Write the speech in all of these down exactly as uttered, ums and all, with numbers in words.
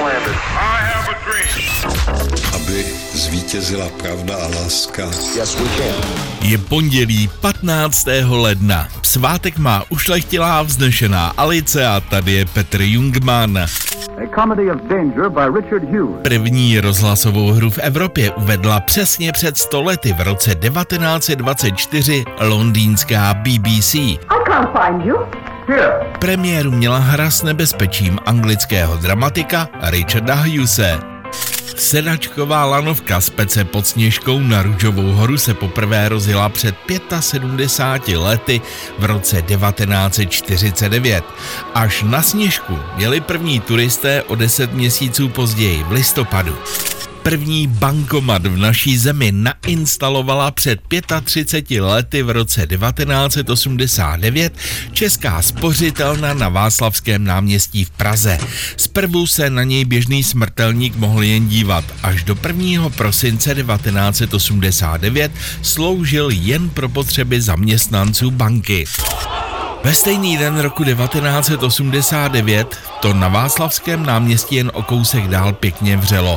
Aby zvítězila pravda a láska. Yes, we can. Je pondělí patnáctého ledna. Svátek má ušlechtilá vznešená Alice a tady je Petr Jungmann. První rozhlasovou hru v Evropě uvedla přesně před sto lety v roce devatenáct set dvacet čtyři londýnská B B C. Premiéru měla hra s nebezpečím anglického dramatika Richarda Hughese. Sedačková lanovka s pece pod Sněžkou na Růžovou horu se poprvé rozjela před sedmdesáti pěti lety v roce devatenáct set čtyřicet devět. Až na Sněžku jeli první turisté o deset měsíců později v listopadu. První bankomat v naší zemi nainstalovala před třiceti pěti lety v roce devatenáct set osmdesát devět Česká spořitelna na Václavském náměstí v Praze. Zprvu se na něj běžný smrtelník mohl jen dívat. Až do prvního prosince devatenáct set osmdesát devět sloužil jen pro potřeby zaměstnanců banky. Ve stejný den roku devatenáct set osmdesát devět to na Václavském náměstí jen o kousek dál pěkně vřelo.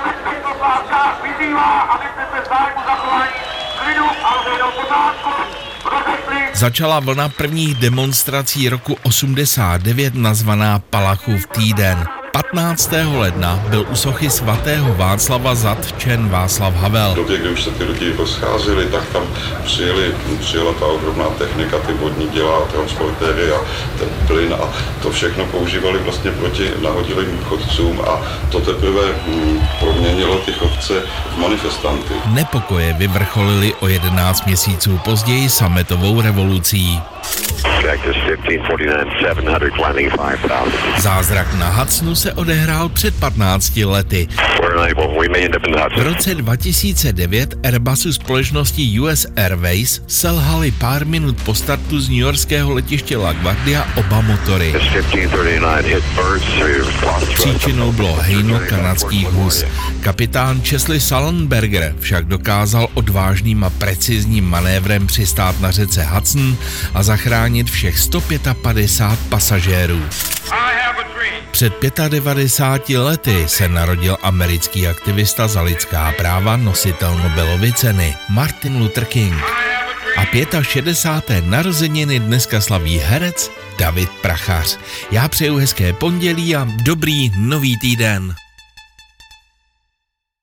Začala vlna prvních demonstrací roku osmdesát devět nazvaná Palachův týden. patnáctého ledna byl u sochy svatého Václava zatčen Václav Havel. V době, kdy už se ty lidi rozcházeli, tak tam přijeli, přijela ta ohromná technika, ty vodní děla, transportéry a ten plyn a to všechno používali vlastně proti nahodilým chodcům a to teprve hm, proměnilo ty chodce v manifestanty. Nepokoje vyvrcholily o jedenáct měsíců později sametovou revolucí. Zázrak na Hudsonu se odehrál před patnácti lety. V roce dva tisíce devět Airbusu společnosti U S Airways selhaly pár minut po startu z newyorského letiště LaGuardia oba motory. Příčinou bylo hejno kanadských hus. Kapitán Chesley Sullenberger však dokázal odvážným a precizním manévrem přistát na řece Hudson a zachránit všech sto padesát pět pasažérů. Před devadesát pěti lety se narodil americký aktivista za lidská práva, nositel Nobelovy ceny Martin Luther King. A šedesáté páté narozeniny dneska slaví herec David Prachař. Já přeju hezké pondělí a dobrý nový týden.